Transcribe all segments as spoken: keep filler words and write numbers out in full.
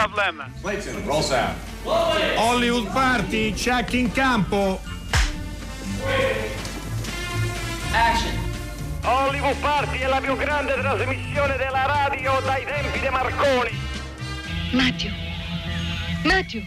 problem. Clayton, roll sound. Hollywood Party, check in campo. Action. Hollywood Party è la più grande trasmissione della radio dai tempi di Marconi. Matthew. Matthew.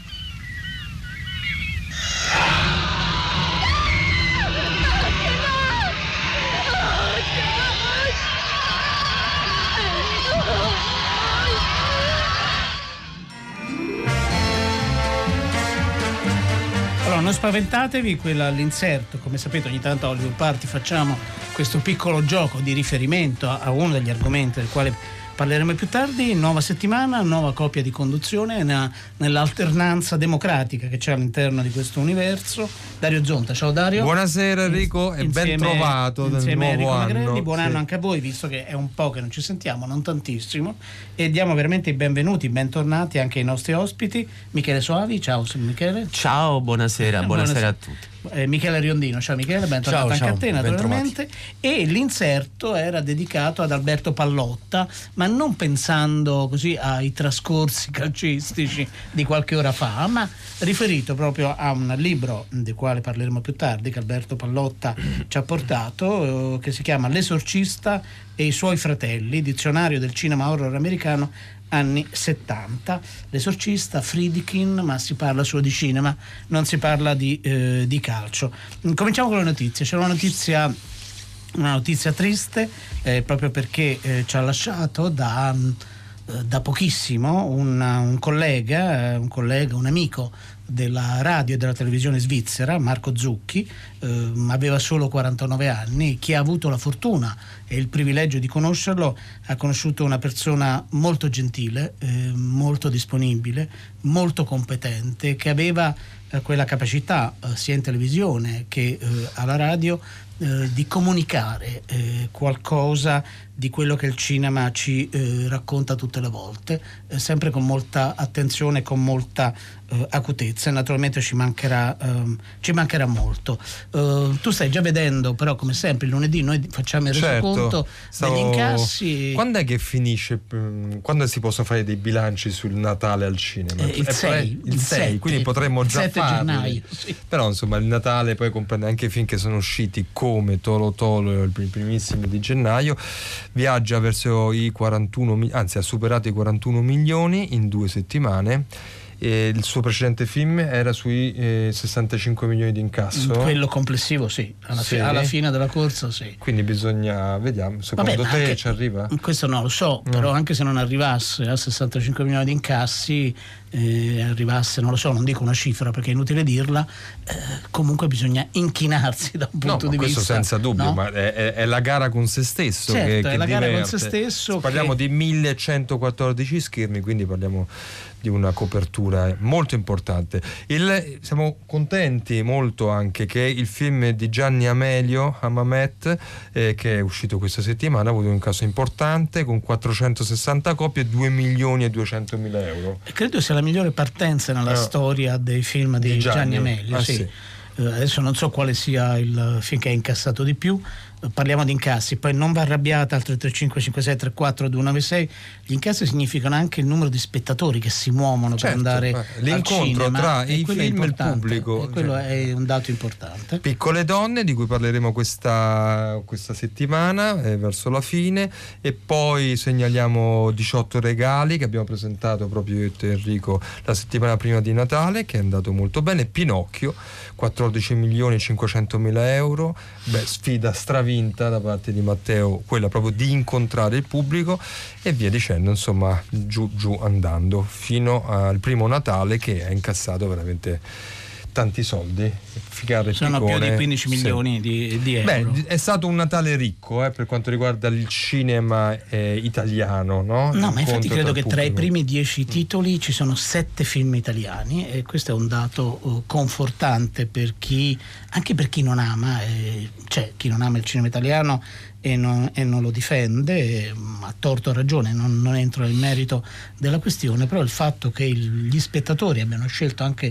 Allora, non spaventatevi, quella all'inserto, come sapete ogni tanto a Hollywood Party facciamo questo piccolo gioco di riferimento a uno degli argomenti del quale parleremo più tardi. Nuova settimana, nuova coppia di conduzione nell'alternanza democratica che c'è all'interno di questo universo. Dario Zonta, ciao Dario. Buonasera Enrico e ben trovato nel nuovo anno. Magrelli, buon anno sì. anche a voi, visto che è un po' che non ci sentiamo, non tantissimo, e diamo veramente i benvenuti, bentornati anche ai nostri ospiti. Michele Soavi, ciao Michele. Ciao, buonasera, buonasera, buonasera a tutti. Eh, Michele Riondino, ciao Michele, ben tornato ciao, anche ciao, a te naturalmente. E l'inserto era dedicato ad Alberto Pallotta, ma non pensando così ai trascorsi calcistici di qualche ora fa, ma riferito proprio a un libro del quale parleremo più tardi che Alberto Pallotta ci ha portato, eh, che si chiama L'esorcista e i suoi fratelli, dizionario del cinema horror americano anni settanta. L'esorcista, Friedkin, ma si parla solo di cinema, non si parla di, eh, di calcio. Cominciamo con le notizie. C'è una notizia una notizia triste, eh, proprio perché eh, ci ha lasciato da, eh, da pochissimo un, un collega, eh, un collega, un amico della radio e della televisione svizzera, Marco Zucchi. eh, aveva solo quarantanove anni. Chi ha avuto la fortuna e il privilegio di conoscerlo ha conosciuto una persona molto gentile, eh, molto disponibile, molto competente, che aveva eh, quella capacità eh, sia in televisione che eh, alla radio eh, di comunicare eh, qualcosa di quello che il cinema ci eh, racconta tutte le volte, eh, sempre con molta attenzione, con molta eh, acutezza, e naturalmente ci mancherà, ehm, ci mancherà molto. Eh, tu stai già vedendo, però, come sempre il lunedì noi facciamo il resoconto, certo, stavo... degli incassi. Quando è che finisce? Quando si possono fare dei bilanci sul Natale al cinema? Eh, il sei, il sei, quindi potremmo già farli. gennaio, sì. Però insomma il Natale poi comprende anche i film che sono usciti come Tolo Tolo il primissimo di gennaio. Viaggia verso i quarantuno, anzi ha superato i quarantuno milioni in due settimane. E il suo precedente film era sui eh, sessantacinque milioni di incasso. Quello complessivo sì, alla, sì. Fi- alla fine della corsa sì. Quindi bisogna, vediamo, secondo Vabbè, te anche, ci arriva? Questo non lo so, no. Però anche se non arrivasse a sessantacinque milioni di incassi, eh, arrivasse, non lo so, non dico una cifra perché è inutile dirla, eh, comunque bisogna inchinarsi da un punto no, di questo vista. Senza dubbio, no? ma è, è la gara con se stesso. Certo, che, è che la gara diverte. con se stesso. Parliamo che... di millecentoquattordici schermi, quindi parliamo di una copertura molto importante. Il, siamo contenti molto anche che il film di Gianni Amelio, Hammamet, eh, che è uscito questa settimana, ha avuto un incasso importante con quattrocentosessanta copie e due milioni e duecentomila euro. Credo sia la migliore partenza nella eh. storia dei film di, di Gianni, Gianni Amelio. ah, sì. sì. Eh, adesso non so quale sia il film che ha incassato di più. Parliamo di incassi, poi non va arrabbiata al tre tre cinque cinque sei tre quattro due nove sei. Gli incassi significano anche il numero di spettatori che si muovono certo, per andare l'incontro al cinema, tra e i film e il pubblico, e quello cioè. È un dato importante. Piccole donne, di cui parleremo questa, questa settimana eh, verso la fine, e poi segnaliamo diciotto regali che abbiamo presentato proprio io e te, Enrico, la settimana prima di Natale, che è andato molto bene. Pinocchio, quattordici milioni cinquecentomila euro, beh, sfida stravinta da parte di Matteo, quella proprio di incontrare il pubblico, e via dicendo, insomma, giù giù andando fino al primo Natale, che ha incassato veramente tanti soldi. Ficare sono piccone, più di quindici milioni sì. di, di euro. Beh, è stato un Natale ricco eh, per quanto riguarda il cinema eh, italiano, no? No, ma infatti credo che tra i pubblico. primi dieci titoli ci sono sette film italiani, e questo è un dato uh, confortante per chi, anche per chi non ama, eh, cioè chi non ama il cinema italiano e non, e non lo difende, eh, a torto o ragione, non, non entro nel merito della questione, però il fatto che il, gli spettatori abbiano scelto anche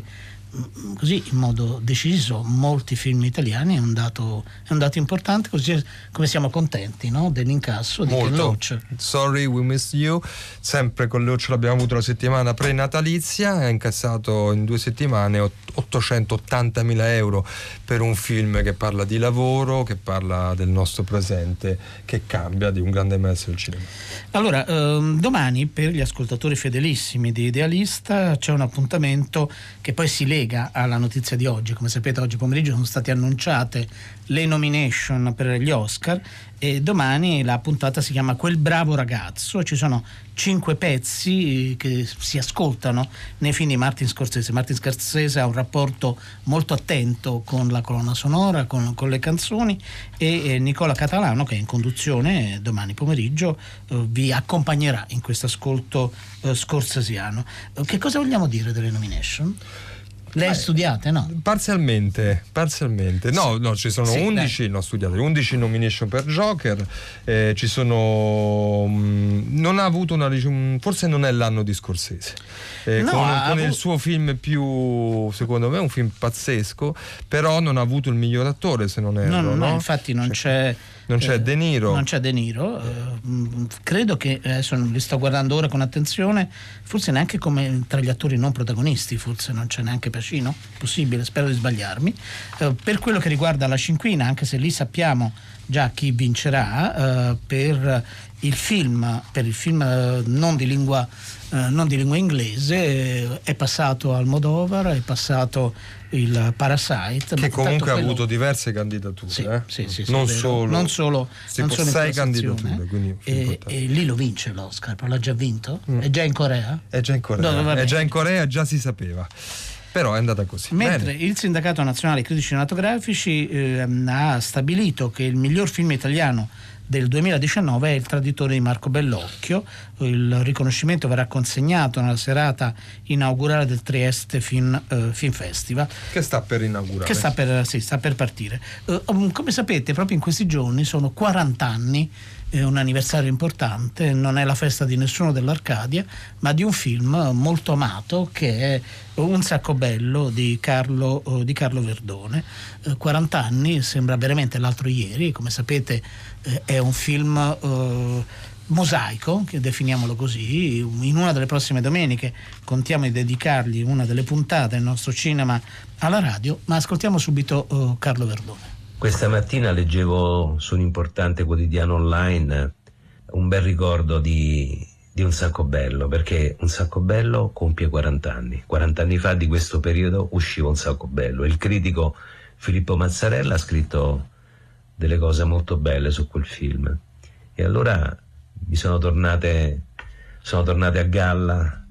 così in modo deciso molti film italiani, è un dato, è un dato importante, così come siamo contenti, no? Dell'incasso di Ken Loach. Sorry We Miss You, sempre con Loach l'abbiamo avuto la settimana pre-natalizia, ha incassato in due settimane ottocentottantamila euro per un film che parla di lavoro, che parla del nostro presente, che cambia, di un grande maestro del cinema. Allora, ehm, domani per gli ascoltatori fedelissimi di Idealista c'è un appuntamento che poi si lega alla notizia di oggi. Come sapete, oggi pomeriggio sono state annunciate le nomination per gli Oscar e domani la puntata si chiama Quel bravo ragazzo. Ci sono cinque pezzi che si ascoltano nei film di Martin Scorsese. Martin Scorsese ha un rapporto molto attento con la colonna sonora, con, con le canzoni, e eh, Nicola Catalano, che è in conduzione eh, domani pomeriggio, eh, vi accompagnerà in questo ascolto eh, scorsesiano. Eh, che cosa vogliamo dire delle nomination? Le hai studiate, no? Parzialmente, parzialmente. No, no, ci sono sì, undici, dai. No, studiate, undici nomination per Joker, eh, ci sono mh, non ha avuto una, forse non è l'anno di Scorsese. Eh, no, con, con avuto... il suo film più, secondo me, un film pazzesco, però non ha avuto il miglior attore, se non erro, no, no, no? no, infatti non c'è Non c'è eh, De Niro. Non c'è De Niro. Eh, credo che, adesso li sto guardando ora con attenzione, forse neanche come tra gli attori non protagonisti, forse non c'è neanche Pacino, possibile, spero di sbagliarmi. Eh, per quello che riguarda la cinquina, anche se lì sappiamo già chi vincerà, eh, per il film, per il film eh, non di lingua eh, non di lingua inglese, eh, è passato Almodovar, è passato il Parasite, che comunque quello... ha avuto diverse candidature, sì, eh? sì, sì, sì, non, solo, non solo non solo sei candidature, quindi e, e lì lo vince l'Oscar, però l'ha già vinto? Mm. È già in Corea? È già in Corea, no, è già in Corea, già si sapeva. Però è andata così. Mentre Bene. il Sindacato Nazionale Critici Cinematografici eh, ha stabilito che il miglior film italiano del duemiladiciannove è Il Traditore di Marco Bellocchio. Il riconoscimento verrà consegnato nella serata inaugurale del Trieste Film, eh, Film Festival, che sta per inaugurare, che sta per, sì, sta per partire. Eh, come sapete, proprio in questi giorni sono quaranta anni, è un anniversario importante, non è la festa di nessuno dell'Arcadia, ma di un film molto amato che è Un sacco bello di Carlo, di Carlo Verdone. Eh, quaranta anni, sembra veramente l'altro ieri. Come sapete eh, è un film eh, mosaico, che definiamolo così. In una delle prossime domeniche contiamo di dedicargli una delle puntate del nostro cinema alla radio, ma ascoltiamo subito eh, Carlo Verdone. Questa mattina leggevo su un importante quotidiano online un bel ricordo di, di Un sacco bello, perché Un sacco bello compie quaranta anni. quaranta anni fa di questo periodo usciva Un sacco bello. Il critico Filippo Mazzarella ha scritto delle cose molto belle su quel film. E allora mi sono tornate, sono tornate a galla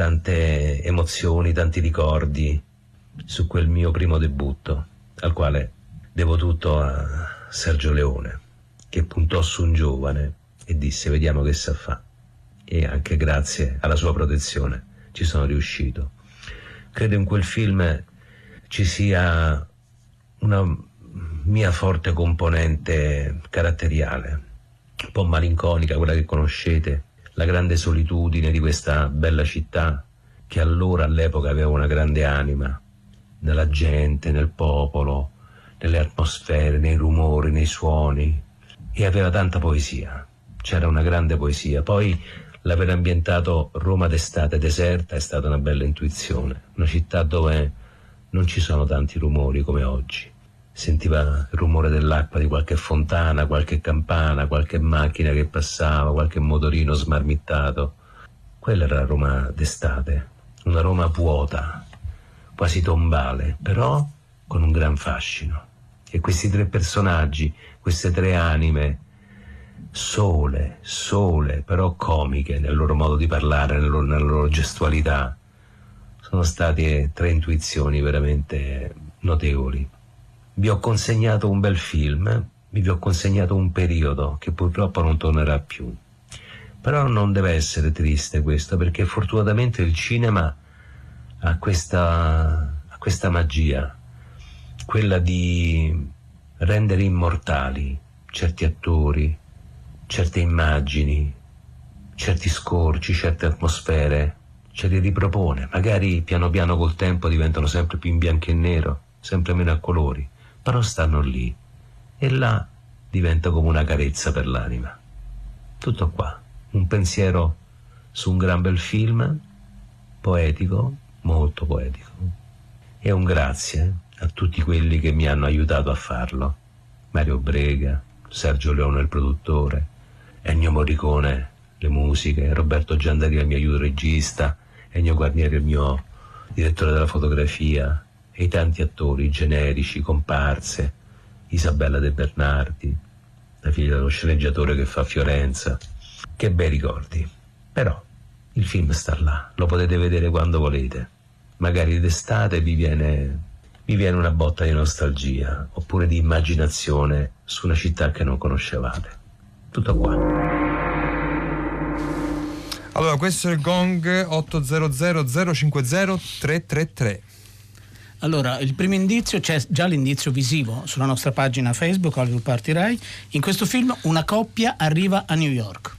tante emozioni, tanti ricordi su quel mio primo debutto, al quale devo tutto a Sergio Leone, che puntò su un giovane e disse: vediamo che sa fa. E anche grazie alla sua protezione ci sono riuscito. Credo in quel film ci sia una mia forte componente caratteriale, un po' malinconica, quella che conoscete, la grande solitudine di questa bella città che allora, all'epoca, aveva una grande anima, nella gente, nel popolo, nelle atmosfere, nei rumori, nei suoni, e aveva tanta poesia, c'era una grande poesia. Poi l'aver ambientato Roma d'estate deserta è stata una bella intuizione, una città dove non ci sono tanti rumori come oggi. Sentiva il rumore dell'acqua di qualche fontana, qualche campana, qualche macchina che passava, qualche motorino smarmittato. Quella era la Roma d'estate, una Roma vuota, quasi tombale, però con un gran fascino. E questi tre personaggi, queste tre anime, sole, sole, però comiche nel loro modo di parlare, nella loro, nella loro gestualità, sono state tre intuizioni veramente notevoli. Vi ho consegnato un bel film, vi ho consegnato un periodo che purtroppo non tornerà più. Però non deve essere triste questo, perché fortunatamente il cinema ha questa, ha questa magia, quella di rendere immortali certi attori, certe immagini, certi scorci, certe atmosfere, ce li ripropone, magari piano piano col tempo diventano sempre più in bianco e nero, sempre meno a colori, però stanno lì e là diventa come una carezza per l'anima. Tutto qua, un pensiero su un gran bel film, poetico, molto poetico, e un grazie a tutti quelli che mi hanno aiutato a farlo: Mario Brega, Sergio Leone il produttore, Ennio Morricone le musiche, Roberto Giandaria il mio aiuto regista, Ennio Guarnieri il mio direttore della fotografia, e i tanti attori generici, comparse, Isabella De Bernardi, la figlia dello sceneggiatore che fa Fiorenza. Che bei ricordi. Però il film sta là, lo potete vedere quando volete. Magari d'estate vi viene, vi viene una botta di nostalgia oppure di immaginazione su una città che non conoscevate. Tutto qua. Allora, questo è il Gong otto zero zero zero cinque zero tre tre tre. Allora, il primo indizio, c'è già l'indizio visivo sulla nostra pagina Facebook Hollywood Party Rai. In questo film una coppia arriva a New York.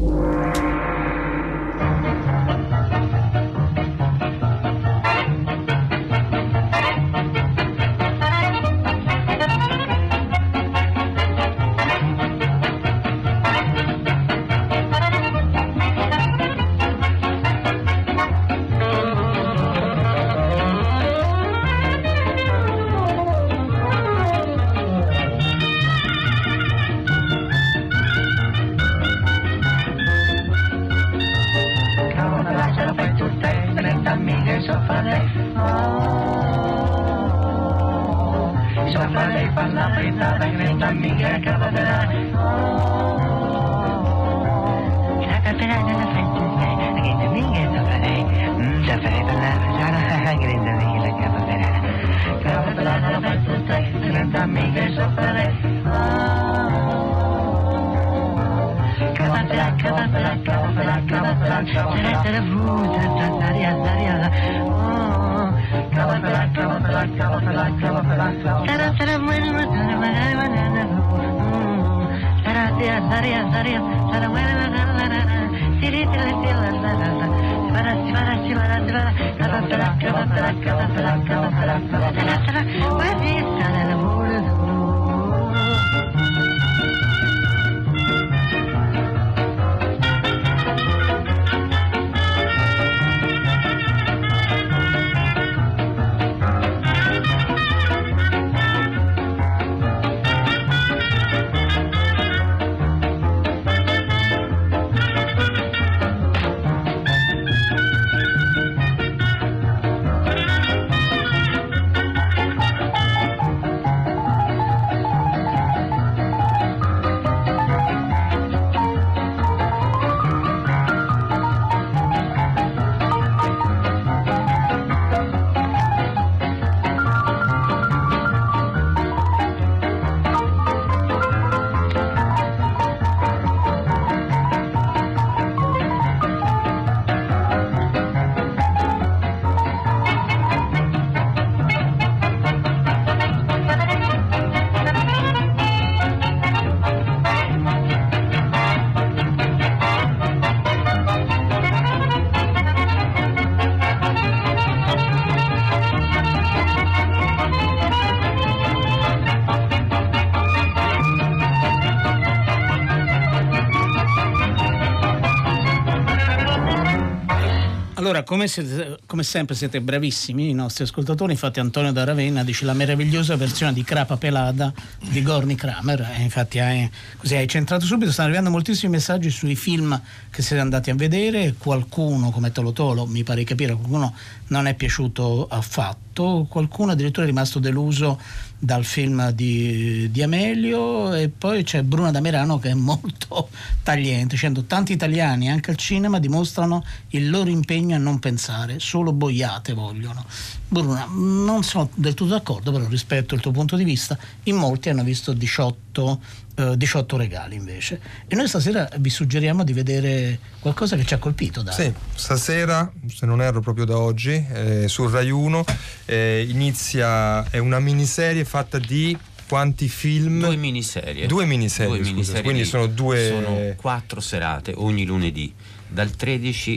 Allora, come, siete, come sempre siete bravissimi i nostri ascoltatori. Infatti Antonio da Ravenna dice la meravigliosa versione di Crapa Pelada di Gorny Kramer, e infatti hai, così hai centrato subito. Stanno arrivando moltissimi messaggi sui film che siete andati a vedere. Qualcuno, come Tolo Tolo, mi pare di capire, qualcuno non è piaciuto affatto, qualcuno addirittura è rimasto deluso dal film di, di Amelio, e poi c'è Bruna da Merano che è molto tagliente, dicendo tanti italiani anche al cinema dimostrano il loro impegno a non pensare, solo boiate vogliono. Bruna, non sono del tutto d'accordo, però rispetto il tuo punto di vista. In molti hanno visto diciotto, eh, diciotto regali invece, e noi stasera vi suggeriamo di vedere qualcosa che ci ha colpito. Dai. Sì, stasera, se non erro proprio da oggi, eh, su Rai uno eh, inizia, è una miniserie fatta di quanti film? Due miniserie. Due miniserie, Due scusa, miniserie quindi sono due... Sono quattro serate ogni lunedì, dal tredici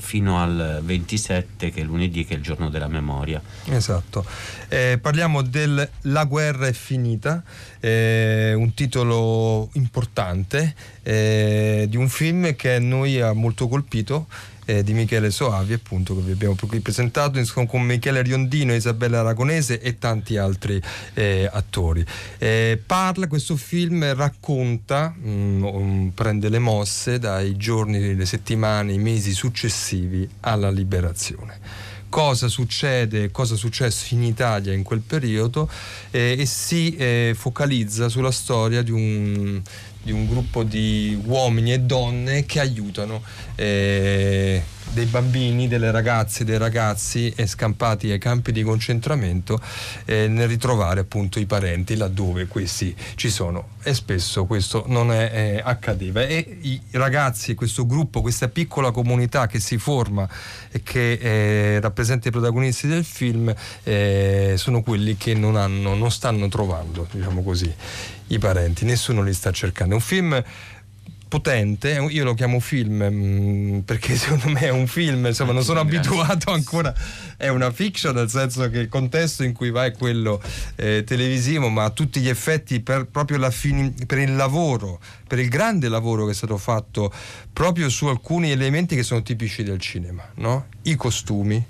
fino al ventisette, che è lunedì, che è il giorno della memoria. Esatto. Eh, parliamo del La guerra è finita, eh, un titolo importante eh, di un film che a noi ha molto colpito, eh, di Michele Soavi, appunto, che vi abbiamo qui presentato insieme con Michele Riondino, Isabella Aragonese e tanti altri eh, attori. Eh, parla, questo film racconta, mh, prende le mosse dai giorni, le settimane, i mesi successivi alla liberazione. Cosa succede, cosa è successo in Italia in quel periodo, eh, e si eh, focalizza sulla storia di un, di un gruppo di uomini e donne che aiutano eh, dei bambini, delle ragazze, dei ragazzi eh, scampati ai campi di concentramento eh, nel ritrovare appunto i parenti laddove questi ci sono, e spesso questo non è, eh, accadeva, e i ragazzi, questo gruppo, questa piccola comunità che si forma e che eh, rappresenta i protagonisti del film eh, sono quelli che non hanno, non stanno trovando, diciamo così, i parenti, nessuno li sta cercando. È un film potente, io lo chiamo film mh, perché secondo me è un film, insomma non sono abituato ancora, è una fiction, nel senso che il contesto in cui va è quello eh, televisivo, ma a tutti gli effetti per proprio la fini, per il lavoro, per il grande lavoro che è stato fatto proprio su alcuni elementi che sono tipici del cinema, no? I costumi,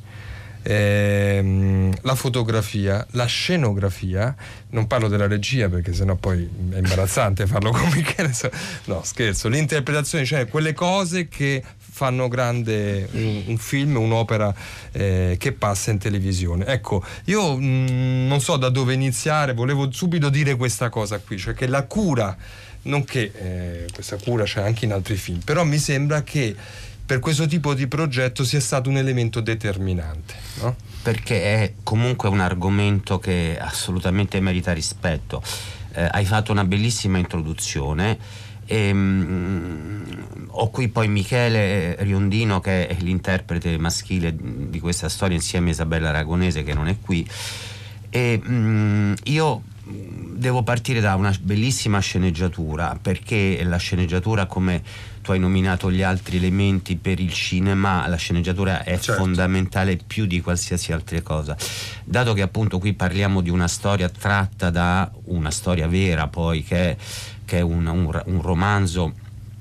Ehm, la fotografia, la scenografia, non parlo della regia perché sennò poi è imbarazzante farlo con Michele, no scherzo, l'interpretazione, cioè quelle cose che fanno grande un, un film, un'opera eh, che passa in televisione. Ecco, io mh, non so da dove iniziare, volevo subito dire questa cosa qui, cioè che la cura, non che eh, questa cura c'è anche in altri film, però mi sembra che per questo tipo di progetto sia stato un elemento determinante, no? Perché è comunque un argomento che assolutamente merita rispetto. Eh, hai fatto una bellissima introduzione. E, mh, ho qui poi Michele Riondino, che è l'interprete maschile di questa storia, insieme a Isabella Aragonese, che non è qui, e mh, io devo partire da una bellissima sceneggiatura, perché la sceneggiatura, come tu hai nominato gli altri elementi per il cinema, la sceneggiatura è certo. fondamentale più di qualsiasi altra cosa, dato che appunto qui parliamo di una storia tratta da una storia vera, poi che è, che è un, un, un romanzo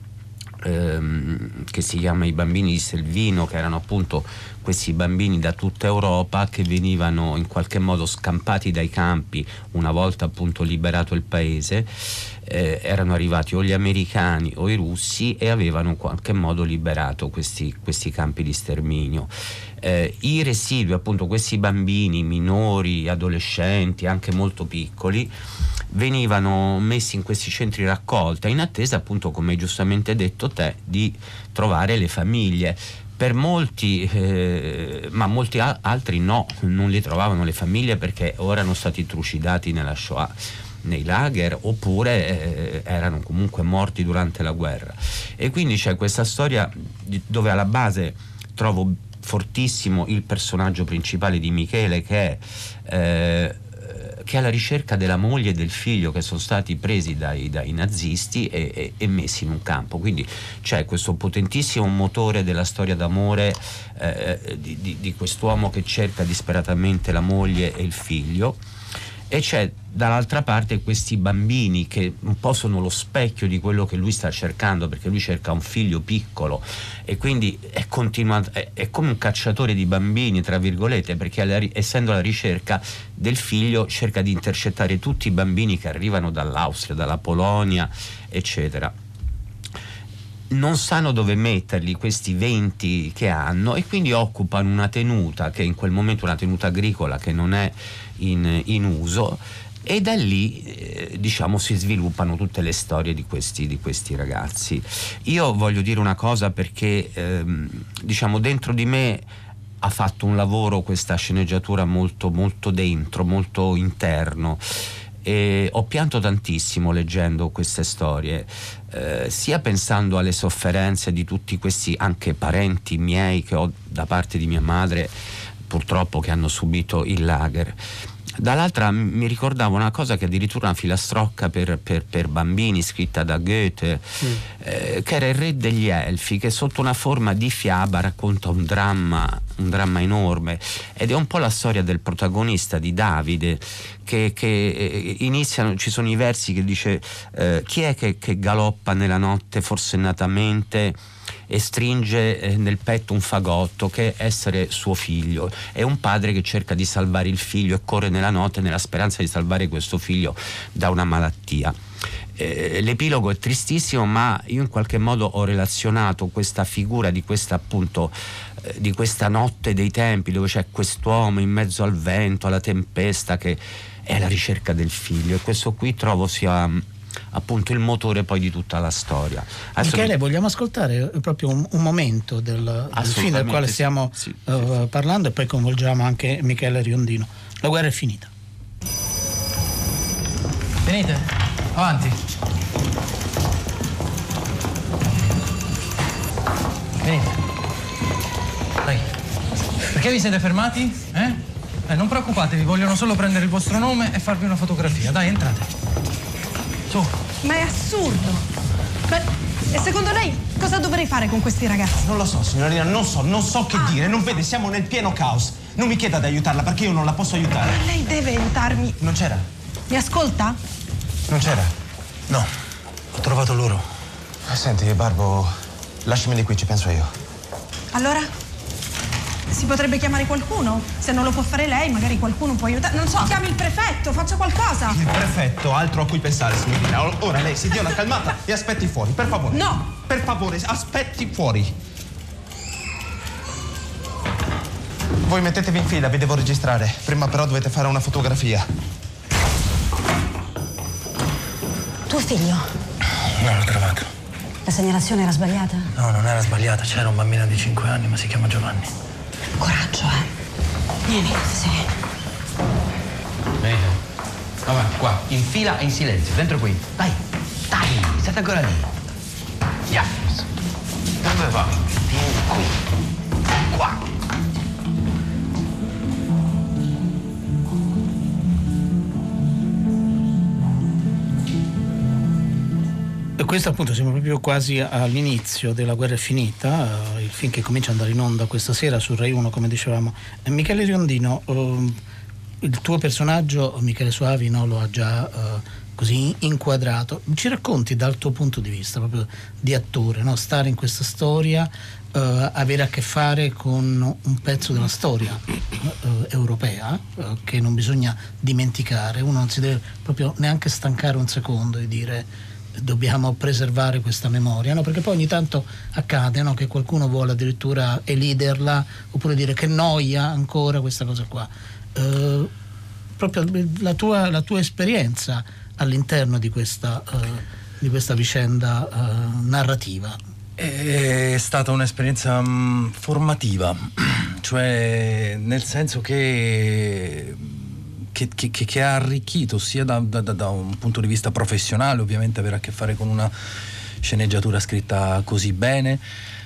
ehm, che si chiama I bambini di Selvino, che erano appunto questi bambini da tutta Europa che venivano in qualche modo scampati dai campi una volta appunto liberato il paese. Eh, erano arrivati o gli americani o i russi e avevano in qualche modo liberato questi, questi campi di sterminio. Eh, i residui, appunto questi bambini minori, adolescenti, anche molto piccoli, venivano messi in questi centri raccolta in attesa, appunto, come hai giustamente detto te, di trovare le famiglie. Per molti, eh, ma molti a- altri no, non li trovavano le famiglie perché o erano stati trucidati nella Shoah, nei lager, oppure eh, erano comunque morti durante la guerra. E quindi c'è questa storia di, dove alla base trovo fortissimo il personaggio principale di Michele, che è eh, che è alla ricerca della moglie e del figlio che sono stati presi dai, dai nazisti e, e, e messi in un campo. Quindi c'è questo potentissimo motore della storia d'amore eh, di, di, di quest'uomo che cerca disperatamente la moglie e il figlio, e c'è dall'altra parte questi bambini che un po' sono lo specchio di quello che lui sta cercando, perché lui cerca un figlio piccolo e quindi è, continua, è, è come un cacciatore di bambini, tra virgolette, perché alla, essendo alla ricerca del figlio cerca di intercettare tutti i bambini che arrivano dall'Austria, dalla Polonia, eccetera. Non sanno dove metterli questi venti che hanno, e quindi occupano una tenuta che in quel momento è una tenuta agricola che non è in, in uso, e da lì eh, diciamo si sviluppano tutte le storie di questi, di questi ragazzi. Io voglio dire una cosa, perché ehm, diciamo dentro di me ha fatto un lavoro questa sceneggiatura molto, molto dentro, molto interno. E ho pianto tantissimo leggendo queste storie, eh, sia pensando alle sofferenze di tutti questi anche parenti miei che ho da parte di mia madre, purtroppo, che hanno subito il lager, Dall'altra mi ricordavo una cosa, che addirittura una filastrocca per, per, per bambini scritta da Goethe, mm. eh, che era Il Re degli Elfi, che sotto una forma di fiaba racconta un dramma, un dramma enorme, ed è un po' la storia del protagonista, di Davide, che, che iniziano, ci sono i versi che dice eh, chi è che, che galoppa nella notte forsennatamente e stringe eh, nel petto un fagotto, che è essere suo figlio. È un padre che cerca di salvare il figlio e corre nella notte nella speranza di salvare questo figlio da una malattia. Eh, l'epilogo è tristissimo, ma io in qualche modo ho relazionato questa figura di questa appunto eh, di questa notte dei tempi, dove c'è quest'uomo in mezzo al vento, alla tempesta, che è alla ricerca del figlio, e questo qui trovo sia appunto il motore poi di tutta la storia. Adesso Michele, mi... vogliamo ascoltare proprio un, un momento del, del film del quale stiamo sì, sì, uh, sì. parlando, e poi coinvolgiamo anche Michele Riondino. La guerra è finita. Venite, avanti. Venite. Dai. Perché vi siete fermati? Eh? Eh, non preoccupatevi, vogliono solo prendere il vostro nome e farvi una fotografia. Dai, entrate. Su. Ma è assurdo. Ma e secondo lei cosa dovrei fare con questi ragazzi? Non lo so, signorina, non so, non so che ah. dire. Non vede, siamo nel pieno caos. Non mi chieda di aiutarla, perché io non la posso aiutare. Ma lei deve aiutarmi. Non c'era? Mi ascolta? Non c'era? No, ho trovato loro. Senti, Barbo, lasciami di qui, ci penso io. Allora? Si potrebbe chiamare qualcuno? Se non lo può fare lei, magari qualcuno può aiutare. Non so, chiami il prefetto, faccia qualcosa. Il prefetto, altro a cui pensare, signorina. Ora lei si dia una calmata e aspetti fuori, per favore. No! Per favore, aspetti fuori. Voi mettetevi in fila, vi devo registrare. Prima però dovete fare una fotografia. Tuo figlio? Non l'ho trovato. La segnalazione era sbagliata? No, non era sbagliata. C'era un bambino di cinque anni, ma si chiama Giovanni. Coraggio, eh. Vieni. Sì. Bene. Avanti, qua. In fila e in silenzio. Dentro qui. Dai. Dai. State ancora lì. Andiamo. Dove va? Vieni qui. Qua. Questo appunto siamo proprio quasi all'inizio della guerra è finita, uh, il film che comincia ad andare in onda questa sera su Rai uno, come dicevamo. E Michele Riondino, uh, il tuo personaggio Michele Soavi, no, lo ha già uh, così inquadrato. Ci racconti dal tuo punto di vista proprio di attore, no? Stare in questa storia, uh, avere a che fare con un pezzo della storia uh, europea uh, che non bisogna dimenticare. Uno non si deve proprio neanche stancare un secondo e dire dobbiamo preservare questa memoria, no? Perché poi ogni tanto accade, no? Che qualcuno vuole addirittura eliderla, oppure dire che noia ancora questa cosa qua. Uh, proprio la tua, la tua esperienza all'interno di questa, uh, di questa vicenda uh, narrativa. È stata un'esperienza um, formativa, cioè nel senso che Che, che, che ha arricchito sia da, da, da un punto di vista professionale, ovviamente avere a che fare con una sceneggiatura scritta così bene,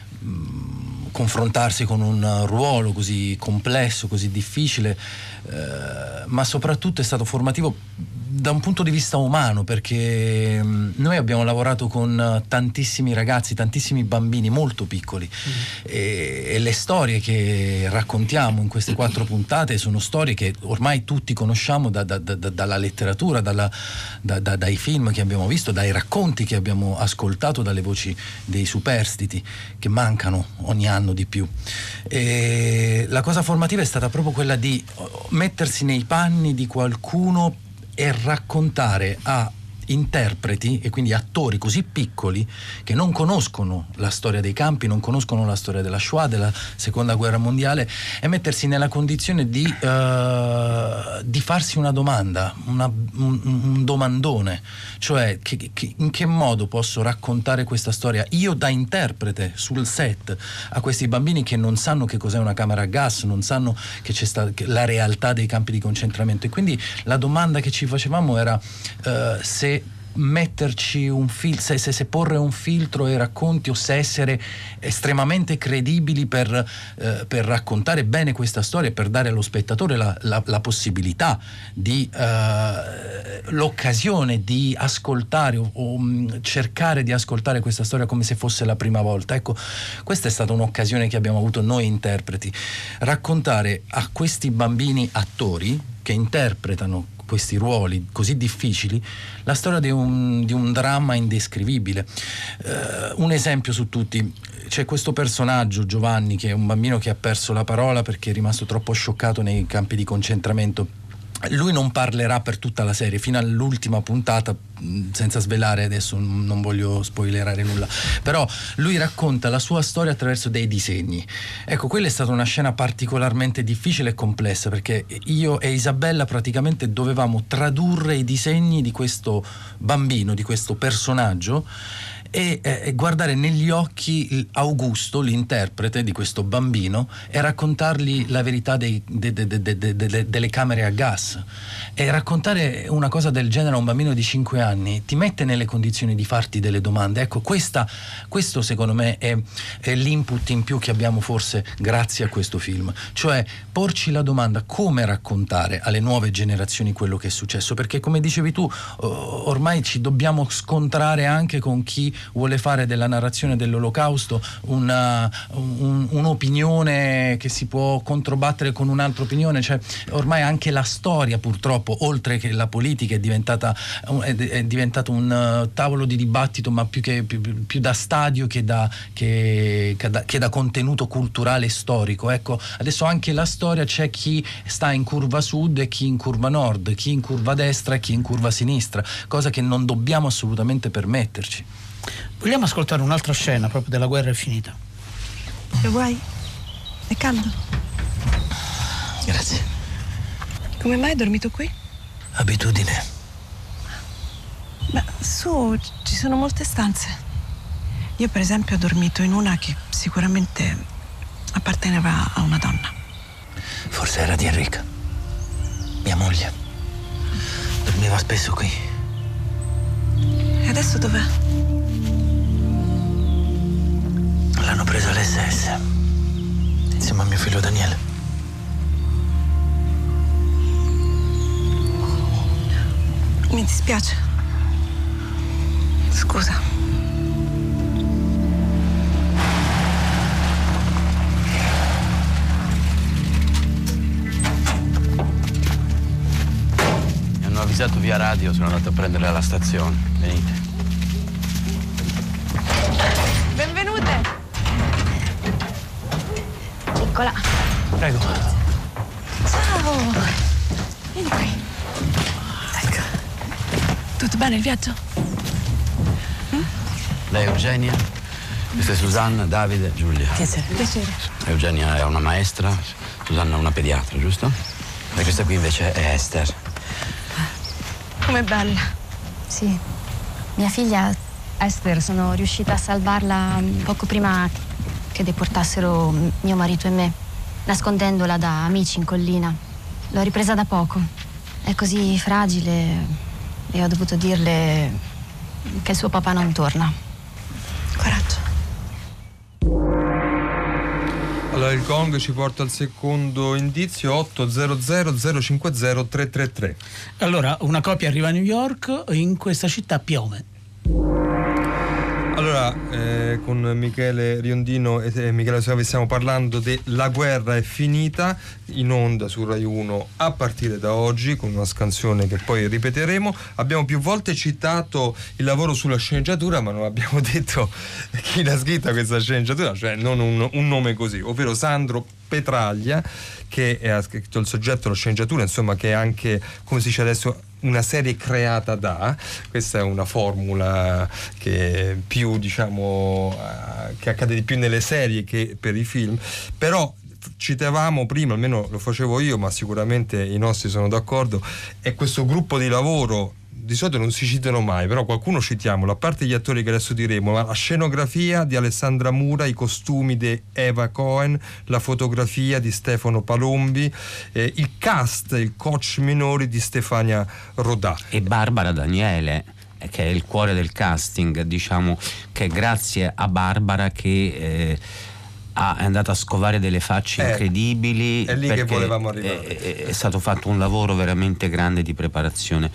mh, confrontarsi con un ruolo così complesso, così difficile, eh, ma soprattutto è stato formativo da un punto di vista umano, perché mh, noi abbiamo lavorato con tantissimi ragazzi, tantissimi bambini molto piccoli, mm. e, e le storie che raccontiamo in queste quattro puntate sono storie che ormai tutti conosciamo da, da, da, dalla letteratura, dalla, da, da, dai film che abbiamo visto, dai racconti che abbiamo ascoltato, dalle voci dei superstiti che mancano ogni anno di più. E la cosa formativa è stata proprio quella di mettersi nei panni di qualcuno e raccontare a interpreti e quindi attori così piccoli che non conoscono la storia dei campi, non conoscono la storia della Shoah, della seconda guerra mondiale, e mettersi nella condizione di, uh, di farsi una domanda, una, un, un domandone, cioè che, che, in che modo posso raccontare questa storia io da interprete sul set a questi bambini che non sanno che cos'è una camera a gas, non sanno che c'è sta, che la realtà dei campi di concentramento. E quindi la domanda che ci facevamo era uh, se metterci un fil- se, se, se porre un filtro ai racconti o se essere estremamente credibili per, eh, per raccontare bene questa storia e per dare allo spettatore la, la, la possibilità di eh, l'occasione di ascoltare o, o mh, cercare di ascoltare questa storia come se fosse la prima volta. Ecco, questa è stata un'occasione che abbiamo avuto noi interpreti, raccontare a questi bambini attori che interpretano questi ruoli così difficili la storia di un, di un dramma indescrivibile. Uh, un esempio su tutti: c'è questo personaggio, Giovanni, che è un bambino che ha perso la parola perché è rimasto troppo scioccato nei campi di concentramento. Lui non parlerà per tutta la serie, fino all'ultima puntata, senza svelare, adesso non voglio spoilerare nulla, però lui racconta la sua storia attraverso dei disegni. Ecco, quella è stata una scena particolarmente difficile e complessa, perché io e Isabella praticamente dovevamo tradurre i disegni di questo bambino, di questo personaggio, e eh, guardare negli occhi Augusto, l'interprete di questo bambino, e raccontargli la verità dei, de, de, de, de, de, de, delle camere a gas. E raccontare una cosa del genere a un bambino di cinque anni ti mette nelle condizioni di farti delle domande. Ecco, questa, questo secondo me è, è l'input in più che abbiamo forse grazie a questo film, cioè porci la domanda: come raccontare alle nuove generazioni quello che è successo, perché come dicevi tu, ormai ci dobbiamo scontrare anche con chi vuole fare della narrazione dell'Olocausto una, un, un'opinione che si può controbattere con un'altra opinione. Cioè, ormai anche la storia, purtroppo, oltre che la politica, è diventata è, è diventato un uh, tavolo di dibattito, ma più che più, più da stadio che da, che, che, da, che da contenuto culturale e storico. Ecco, adesso anche la storia, c'è chi sta in curva sud e chi in curva nord, chi in curva destra e chi in curva sinistra, cosa che non dobbiamo assolutamente permetterci. Vogliamo ascoltare un'altra scena proprio della Guerra è finita? Che vuoi? È caldo? Grazie. Come mai hai dormito qui? Abitudine. Beh, su ci sono molte stanze. Io per esempio ho dormito in una che sicuramente apparteneva a una donna. Forse era di Enrica, mia moglie. Dormiva spesso qui. E adesso dov'è? L'hanno presa all'esse esse insieme a mio figlio Daniele. Mi dispiace. Scusa. Mi hanno avvisato via radio, sono andato a prendere alla stazione. Venite. Benvenute. Piccola. Prego. Ciao. Vieni qui. Ecco. Tutto bene il viaggio? Mm? Lei è Eugenia, questa è Susanna, Davide, Giulia. Piacere. Piacere. Eugenia è una maestra, Susanna è una pediatra, giusto? E questa qui invece è Esther. Com'è bella. Sì. Mia figlia Esther, sono riuscita a salvarla poco prima che deportassero mio marito e me, nascondendola da amici in collina. L'ho ripresa da poco. È così fragile e ho dovuto dirle che il suo papà non torna. Coraggio. Allora il gong ci porta al secondo indizio, otto zero zero zero cinque zero tre tre tre. Allora, una coppia arriva a New York, in questa città piove. Allora, eh, con Michele Riondino e eh, Michele Soavi stiamo parlando di La guerra è finita, in onda su Rai uno a partire da oggi, con una scansione che poi ripeteremo. Abbiamo più volte citato il lavoro sulla sceneggiatura, ma non abbiamo detto chi l'ha scritta questa sceneggiatura, cioè non un, un nome così, ovvero Sandro Petraglia, che ha scritto il soggetto, la sceneggiatura, insomma, che è anche, come si dice adesso, una serie creata da. Questa è una formula che più, diciamo, che accade di più nelle serie che per i film. Però citavamo prima, almeno lo facevo io, ma sicuramente i nostri sono d'accordo, è questo gruppo di lavoro. Di solito non si citano mai, però qualcuno citiamolo, a parte gli attori che adesso diremo, ma la scenografia di Alessandra Mura, i costumi di Eva Cohen, la fotografia di Stefano Palombi, eh, il cast, il coach minori di Stefania Rodà. E Barbara Daniele, che è il cuore del casting, diciamo che è grazie a Barbara che eh, ha, è andata a scovare delle facce eh, incredibili. È lì che volevamo arrivare. È, è, è stato fatto un lavoro veramente grande di preparazione.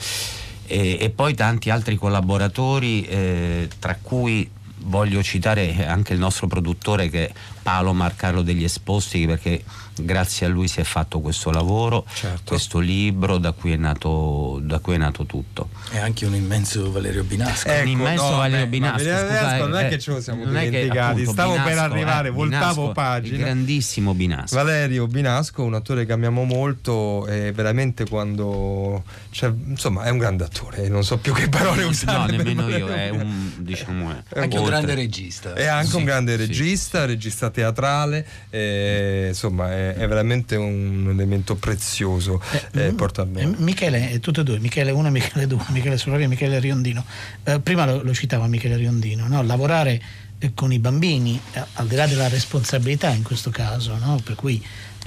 E, e poi tanti altri collaboratori, eh, tra cui voglio citare anche il nostro produttore, che è Paolo Marcarlo degli Esposti, perché grazie a lui si è fatto questo lavoro, certo. questo libro da cui è nato, da cui è nato tutto. E anche un immenso Valerio Binasco. Ecco, un immenso no, Valerio beh, Binasco, scusa, non è eh, che ce lo siamo non dimenticati, è che, appunto, stavo Binasco, per arrivare, eh, voltavo Binasco, pagina. Il grandissimo Binasco. Valerio Binasco, un attore che amiamo molto, e veramente quando cioè, insomma è un grande attore, non so più che parole usare. No, nemmeno io, è un, diciamo, è anche oltre. un grande regista. È anche sì, un grande regista, sì. regista teatrale, e, insomma è, è veramente un elemento prezioso. Eh, eh, porta a me. Michele, tutte e due, Michele uno e Michele due, Michele Solari e Michele Riondino. Eh, prima lo, lo citava Michele Riondino, no? Lavorare eh, con i bambini, eh, al di là della responsabilità in questo caso, no? Per cui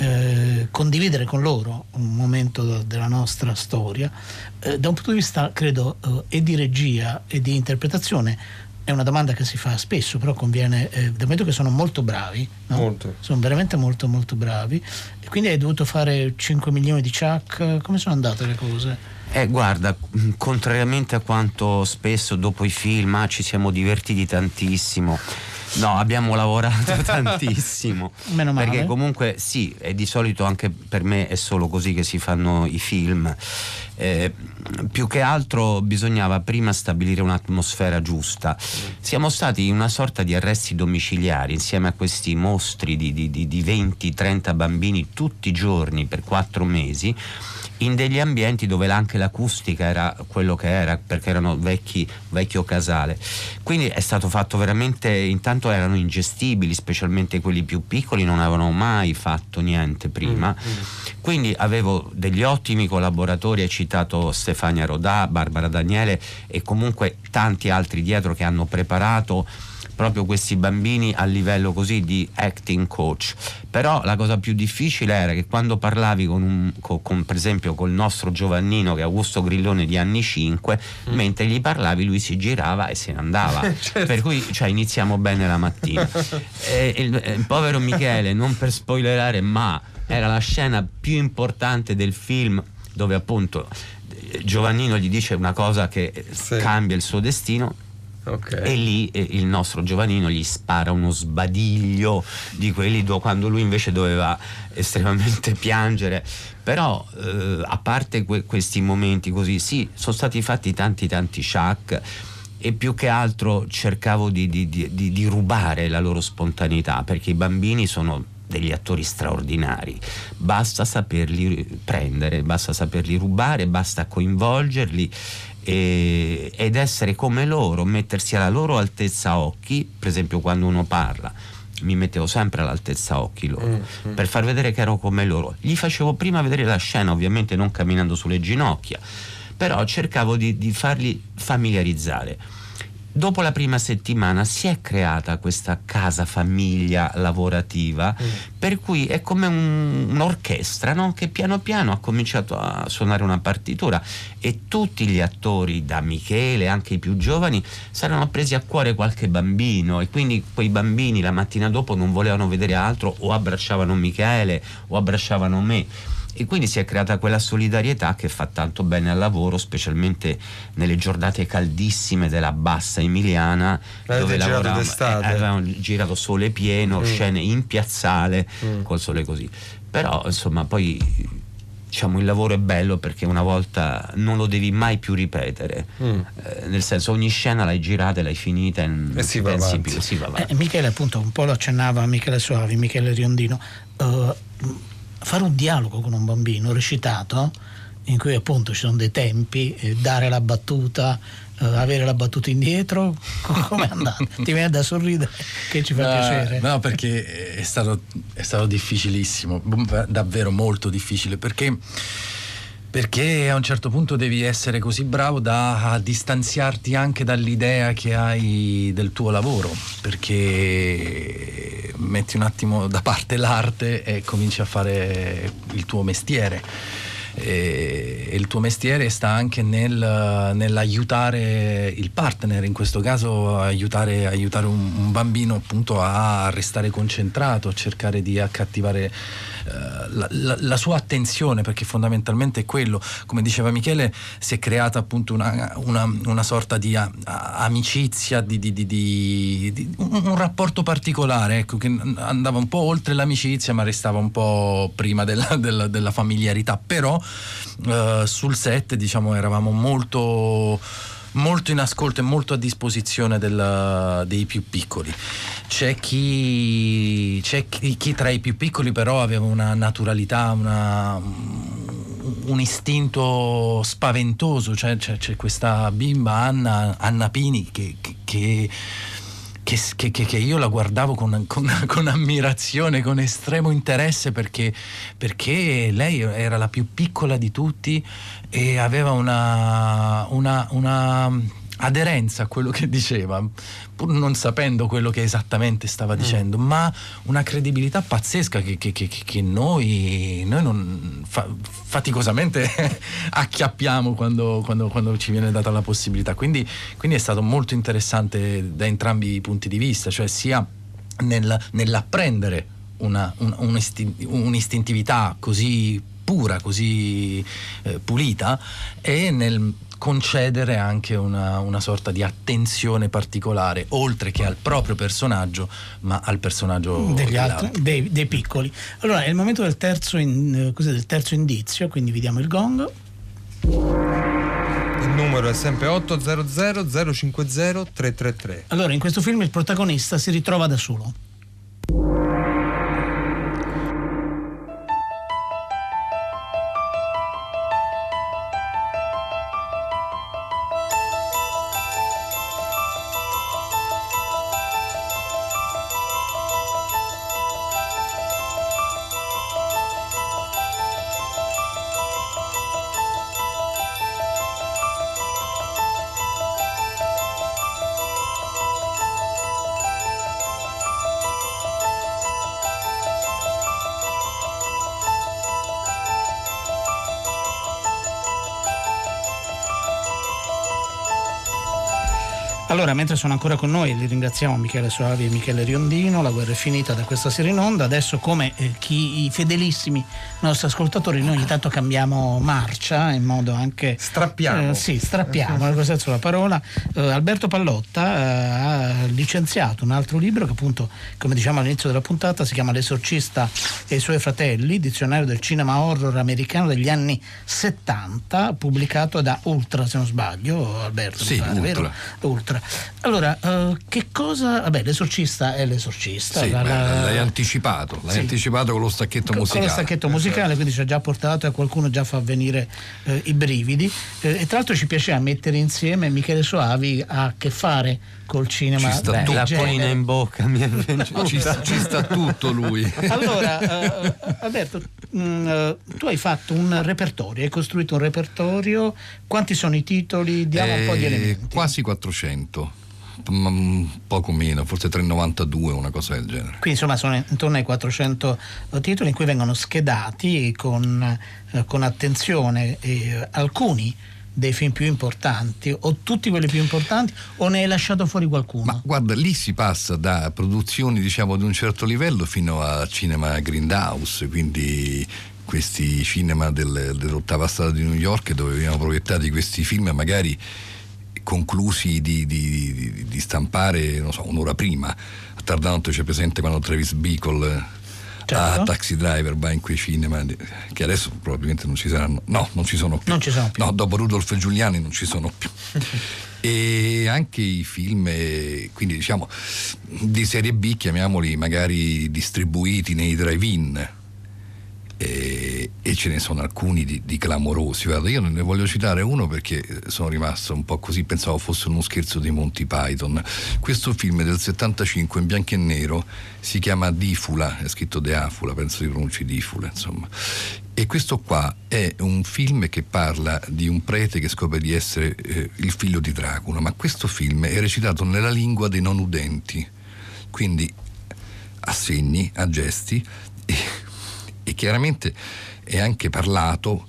eh, condividere con loro un momento della nostra storia, eh, da un punto di vista, credo, eh, e di regia e di interpretazione, è una domanda che si fa spesso, però conviene, eh, dal momento che sono molto bravi, no? Molto. Sono veramente molto molto bravi, e quindi hai dovuto fare cinque milioni di ciak. Come sono andate le cose? Eh, guarda, contrariamente a quanto spesso dopo i film ah, ci siamo divertiti tantissimo, no, abbiamo lavorato tantissimo. Meno male. Perché comunque sì, e di solito anche per me è solo così che si fanno i film. Eh, più che altro bisognava prima stabilire un'atmosfera giusta. Siamo stati in una sorta di arresti domiciliari insieme a questi mostri di, di, di venti trenta bambini tutti i giorni per quattro mesi, in degli ambienti dove anche l'acustica era quello che era, perché erano vecchi, vecchio casale. Quindi è stato fatto veramente, intanto erano ingestibili, specialmente quelli più piccoli, non avevano mai fatto niente prima. Mm, mm. Quindi avevo degli ottimi collaboratori, hai citato Stefania Rodà, Barbara Daniele e comunque tanti altri dietro che hanno preparato proprio questi bambini a livello così di acting coach. Però la cosa più difficile era che quando parlavi con, un, con, con per esempio col nostro Giovannino, che è Augusto Grillone di anni cinque, mm. mentre gli parlavi lui si girava e se ne andava. Certo. Per cui cioè, iniziamo bene la mattina. e, il, il povero Michele, non per spoilerare, ma era la scena più importante del film, dove appunto Giovannino gli dice una cosa che sì. cambia il suo destino. Okay. E lì eh, il nostro Giovannino gli spara uno sbadiglio di quelli do, quando lui invece doveva estremamente piangere. Però eh, a parte que- questi momenti così, sì, sono stati fatti tanti tanti ciak, e più che altro cercavo di, di, di, di, di rubare la loro spontaneità, perché i bambini sono degli attori straordinari, basta saperli prendere, basta saperli rubare, basta coinvolgerli e, ed essere come loro, mettersi alla loro altezza occhi. Per esempio quando uno parla mi mettevo sempre all'altezza occhi loro, mm, mm. per far vedere che ero come loro. Gli facevo prima vedere la scena, ovviamente non camminando sulle ginocchia, però cercavo di, di farli familiarizzare. Dopo la prima settimana si è creata questa casa famiglia lavorativa, mm. per cui è come un, un'orchestra, no? Che piano piano ha cominciato a suonare una partitura, e tutti gli attori, da Michele anche i più giovani, saranno presi a cuore qualche bambino, e quindi quei bambini la mattina dopo non volevano vedere altro, o abbracciavano Michele o abbracciavano me. E quindi si è creata quella solidarietà che fa tanto bene al lavoro, specialmente nelle giornate caldissime della bassa emiliana, L'avete dove lavoravamo, eh, avevamo girato sole pieno, mm. scene in piazzale, mm. col sole così. Però insomma poi diciamo il lavoro è bello perché una volta non lo devi mai più ripetere, mm. eh, nel senso ogni scena l'hai girata e l'hai finita e, e si va avanti. Più, si va avanti. Eh, Michele appunto un po' lo accennava Michele Soavi, Michele Riondino, uh, fare un dialogo con un bambino recitato, in cui appunto ci sono dei tempi, eh, dare la battuta, eh, avere la battuta indietro, come è andata? Ti viene da sorridere, che ci fa no, piacere. No, perché è stato, è stato difficilissimo, davvero molto difficile, perché perché a un certo punto devi essere così bravo da distanziarti anche dall'idea che hai del tuo lavoro, perché metti un attimo da parte l'arte e cominci a fare il tuo mestiere. e, e il tuo mestiere sta anche nel, nell'aiutare il partner, in questo caso aiutare, aiutare un, un bambino appunto a restare concentrato, a cercare di accattivare La, la, la sua attenzione, perché fondamentalmente è quello. Come diceva Michele, si è creata appunto una, una, una sorta di a, a, amicizia, di, di, di, di, di un, un rapporto particolare, ecco, che andava un po' oltre l'amicizia ma restava un po' prima della, della, della familiarità, però eh, sul set, diciamo, eravamo molto molto in ascolto e molto a disposizione del, dei più piccoli. C'è chi, c'è chi, chi tra i più piccoli però aveva una naturalità, una, un istinto spaventoso, cioè, c'è, c'è questa bimba Anna, Anna Pini che, che, che Che, che, che io la guardavo con, con, con ammirazione, con estremo interesse, perché, perché lei era la più piccola di tutti e aveva una, una, una aderenza a quello che diceva, pur non sapendo quello che esattamente stava dicendo, mm. ma una credibilità pazzesca che, che, che, che noi, noi non fa, faticosamente acchiappiamo quando, quando, quando ci viene data la possibilità. Quindi, quindi è stato molto interessante da entrambi i punti di vista, cioè sia nel, nell'apprendere una, un, un'istintività così pura, così eh, pulita, e nel concedere anche una, una sorta di attenzione particolare, oltre che al proprio personaggio, ma al personaggio degli altri, dei, dei piccoli. Allora è il momento del terzo, in, cos'è, del terzo indizio, quindi vi diamo il gong. Il numero è sempre otto zero zero zero cinque zero tre tre tre. Allora, in questo film il protagonista si ritrova da solo. Allora, mentre sono ancora con noi, li ringraziamo Michele Soavi e Michele Riondino. La guerra è finita da questa sera in onda. Adesso, come eh, chi, i fedelissimi nostri ascoltatori, noi ogni tanto cambiamo marcia in modo anche strappiamo. Eh, sì, strappiamo, nel vero senso della parola. Eh, Alberto Pallotta eh, ha licenziato un altro libro che, appunto, come diciamo all'inizio della puntata, si chiama L'esorcista e i suoi fratelli, dizionario del cinema horror americano degli anni settanta, pubblicato da Ultra, se non sbaglio, Alberto. Sì, pare, Ultra. Vero? Ultra. Allora, uh, che cosa... Vabbè, l'esorcista è l'esorcista. Sì, la, beh, la... l'hai anticipato, l'hai sì. anticipato con lo stacchetto con, musicale. Con lo stacchetto musicale, quindi ci ha già portato e a qualcuno già fa venire eh, i brividi. Eh, e tra l'altro ci piaceva mettere insieme Michele Soavi a che fare col cinema. Ci sta beh, la polina in bocca, mi è venuta. ci, sta, ci sta tutto lui. Allora, uh, Alberto, mh, uh, tu hai fatto un repertorio, hai costruito un repertorio. Quanti sono i titoli? Diamo eh, un po' di elementi. Quasi quattrocento. Poco meno, forse trecentonovantadue, una cosa del genere. Quindi insomma sono intorno ai quattrocento titoli in cui vengono schedati con, eh, con attenzione eh, alcuni dei film più importanti, o tutti quelli più importanti, o ne hai lasciato fuori qualcuno? Ma guarda, lì si passa da produzioni, diciamo, di un certo livello fino a cinema Grindhouse, quindi questi cinema del, dell'ottava strada di New York, dove venivano proiettati questi film magari conclusi di, di, di, di stampare, non so, un'ora prima. A Tardanto c'è presente quando Travis Bickle, certo, a Taxi Driver va in quei cinema che adesso probabilmente non ci saranno, no, non ci sono più, non ci sono più. No, dopo Rudolph Giuliani non ci sono più. E anche i film, quindi diciamo di serie B, chiamiamoli, magari distribuiti nei drive-in, e, e ce ne sono alcuni di, di clamorosi. Guarda, io ne voglio citare uno perché sono rimasto un po' così, pensavo fosse uno scherzo dei Monty Python. Questo film del settantacinque in bianco e nero si chiama Difula, è scritto Deafula, penso si pronunci Difula, insomma. E questo qua è un film che parla di un prete che scopre di essere eh, il figlio di Dracula, ma questo film è recitato nella lingua dei non udenti, quindi a segni, a gesti, e, e chiaramente è anche parlato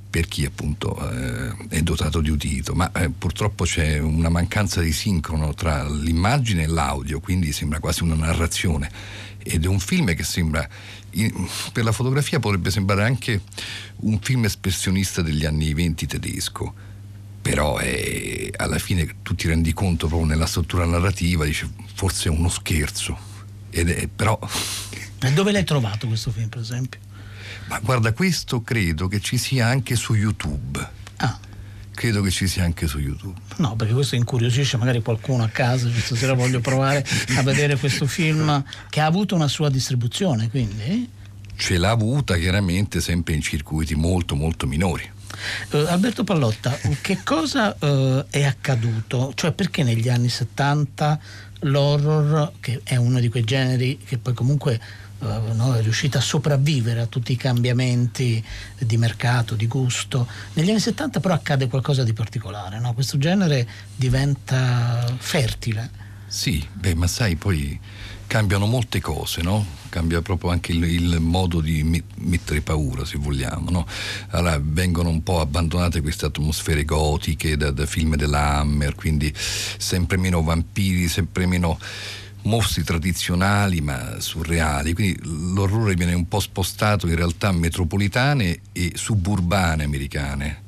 per chi appunto eh, è dotato di udito, ma eh, purtroppo c'è una mancanza di sincrono tra l'immagine e l'audio, quindi sembra quasi una narrazione, ed è un film che sembra, in, per la fotografia potrebbe sembrare anche un film espressionista degli anni venti tedesco, però è, alla fine tu ti rendi conto proprio nella struttura narrativa, dice forse è uno scherzo, ed è, però... E dove l'hai trovato questo film, per esempio? Ma guarda, questo credo che ci sia anche su YouTube. Ah. Credo che ci sia anche su YouTube. No, perché questo incuriosisce magari qualcuno a casa, stasera voglio provare a vedere questo film che ha avuto una sua distribuzione, quindi... Ce l'ha avuta chiaramente sempre in circuiti molto molto minori. Uh, Alberto Pallotta, che cosa uh, è accaduto? Cioè, perché negli anni settanta l'horror, che è uno di quei generi che poi comunque uh, no, è riuscito a sopravvivere a tutti i cambiamenti di mercato, di gusto, negli anni settanta però accade qualcosa di particolare, no? Questo genere diventa fertile. Sì, beh, ma sai, poi cambiano molte cose, no? Cambia proprio anche il, il modo di mettere paura, se vogliamo, no? Allora vengono un po' abbandonate queste atmosfere gotiche da, da film della Hammer, quindi sempre meno vampiri, sempre meno mostri tradizionali ma surreali, quindi l'orrore viene un po' spostato in realtà metropolitane e suburbane americane,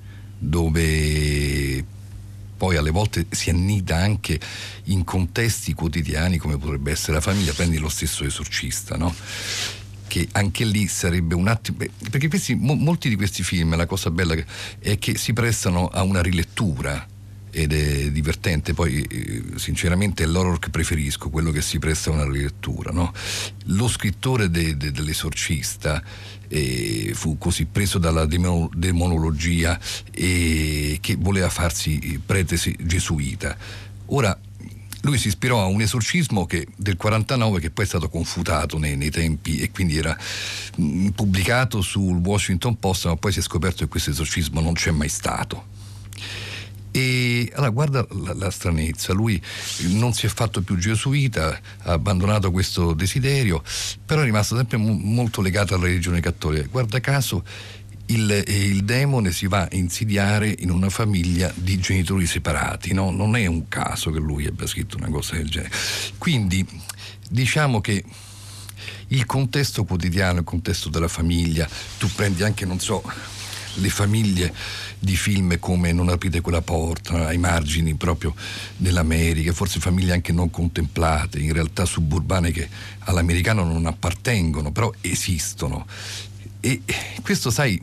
dove poi alle volte si annida anche in contesti quotidiani come potrebbe essere la famiglia. Prendi lo stesso Esorcista, no? Che anche lì sarebbe un attimo, perché questi, mo, molti di questi film, la cosa bella è che si prestano a una rilettura ed è divertente. Poi eh, sinceramente è l'horror che preferisco, quello che si presta a una rilettura, no? Lo scrittore de, de, dell'Esorcista e fu così preso dalla demonologia e che voleva farsi prete gesuita. Ora lui si ispirò a un esorcismo che, del quarantanove, che poi è stato confutato nei, nei tempi e quindi era mh, pubblicato sul Washington Post, ma poi si è scoperto che questo esorcismo non c'è mai stato. E allora guarda la, la stranezza, lui non si è fatto più gesuita, ha abbandonato questo desiderio, però è rimasto sempre mo- molto legato alla religione cattolica. Guarda caso il, il demone si va a insidiare in una famiglia di genitori separati, no? Non è un caso che lui abbia scritto una cosa del genere. Quindi diciamo che il contesto quotidiano, il contesto della famiglia, tu prendi anche, non so, le famiglie di film come Non aprite quella porta, ai margini proprio dell'America, forse famiglie anche non contemplate, in realtà suburbane, che all'americano non appartengono, però esistono. E questo, sai,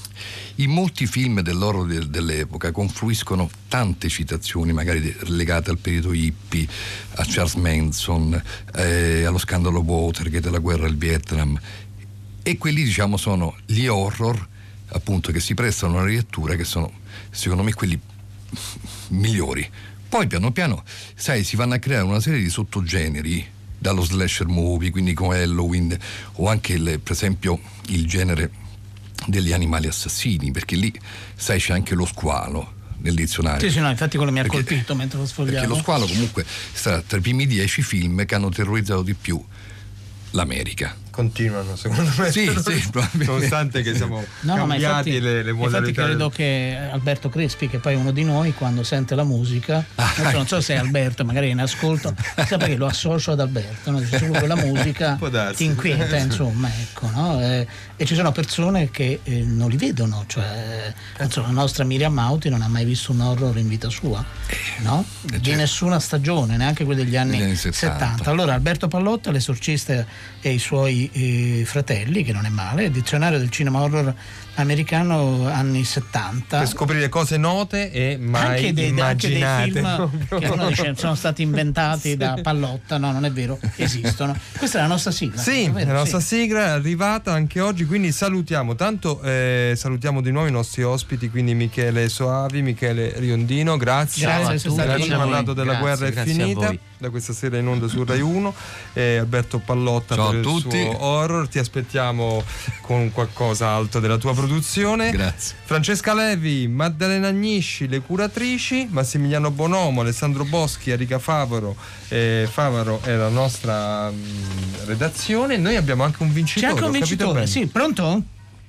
in molti film dell'horror del, dell'epoca confluiscono tante citazioni magari legate al periodo hippie, a Charles Manson, eh, allo scandalo Watergate, alla guerra del Vietnam, e quelli, diciamo, sono gli horror appunto che si prestano a una rilettura, che sono secondo me quelli migliori. Poi piano piano, sai, si vanno a creare una serie di sottogeneri, dallo slasher movie, quindi come Halloween, o anche il, per esempio il genere degli animali assassini, perché lì, sai, c'è anche lo squalo nel dizionario. Sì, sì, no, infatti quello mi ha perché, colpito mentre lo sfogliavo. Perché lo squalo comunque sta tra i primi dieci film che hanno terrorizzato di più l'America. Continuano, secondo me. Sì, sì, nonostante che siamo no, cambiati infatti, le, le modalità. Infatti credo che Alberto Crespi, che poi è uno di noi, quando sente la musica, non so, non so se è Alberto, magari è in ascolto, sa perché lo associo ad Alberto, no? Dice, solo quella musica ti inquieta, insomma, ecco, no? E, e ci sono persone che eh, non li vedono, cioè so, la nostra Miriam Mauti non ha mai visto un horror in vita sua, no? Di nessuna stagione, neanche quelli degli anni, anni settanta. Allora Alberto Pallotta, l'Esorcista e i suoi eh, fratelli, che non è male, dizionario del cinema horror americano anni settanta, per scoprire cose note e mai anche dei, immaginate, anche dei film che uno dice sono stati inventati sì. da Pallotta. No, non è vero, esistono. Questa è la nostra sigla. Sì, la nostra sì. sigla è arrivata anche oggi, quindi salutiamo tanto eh, salutiamo di nuovo i nostri ospiti, quindi Michele Soavi, Michele Riondino, grazie grazie per averci parlato della grazie, guerra è finita da questa sera in onda su Rai uno. eh, Alberto Pallotta, ciao per a tutti. Il suo horror, ti aspettiamo con qualcos'altro della tua produzione. Grazie. Francesca Levi, Maddalena Agnisci, le curatrici, Massimiliano Bonomo, Alessandro Boschi, Enrica Favaro. Eh, Favaro è la nostra mh, redazione. Noi abbiamo anche un vincitore. C'è anche un vincitore, sì, pronto?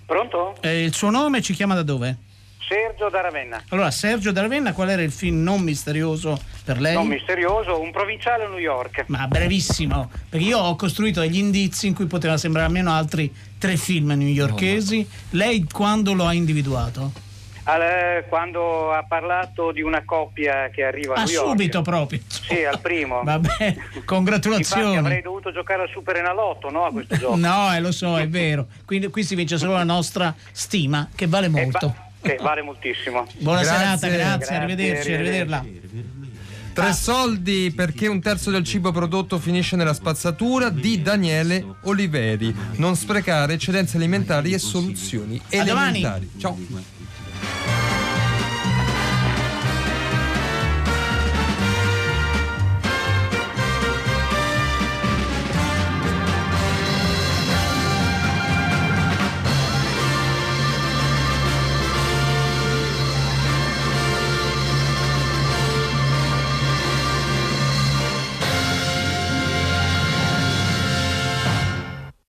Pronto? Eh, il suo nome, ci chiama da dove? Sergio da Ravenna. Allora, Sergio da Ravenna, qual era il film non misterioso per lei? Non misterioso, Un provinciale a New York. Ma brevissimo, perché io ho costruito degli indizi in cui poteva sembrare almeno altri tre film newyorkesi. Lei quando lo ha individuato? Al, quando ha parlato di una coppia che arriva a Ah, New York. subito proprio. Sì, al primo. Vabbè, congratulazioni. Infatti avrei dovuto giocare al Super Enalotto, no, a questo gioco. No, eh, lo so, è vero. Quindi qui si vince solo la nostra stima, che vale molto. Che vale moltissimo. Buona Grazie. serata, grazie, Grazie, arrivederci, arrivederci. arrivederla. Tre soldi perché un terzo del cibo prodotto finisce nella spazzatura di Daniele Oliveri. Non sprecare eccedenze alimentari e soluzioni A domani. elementari. Ciao.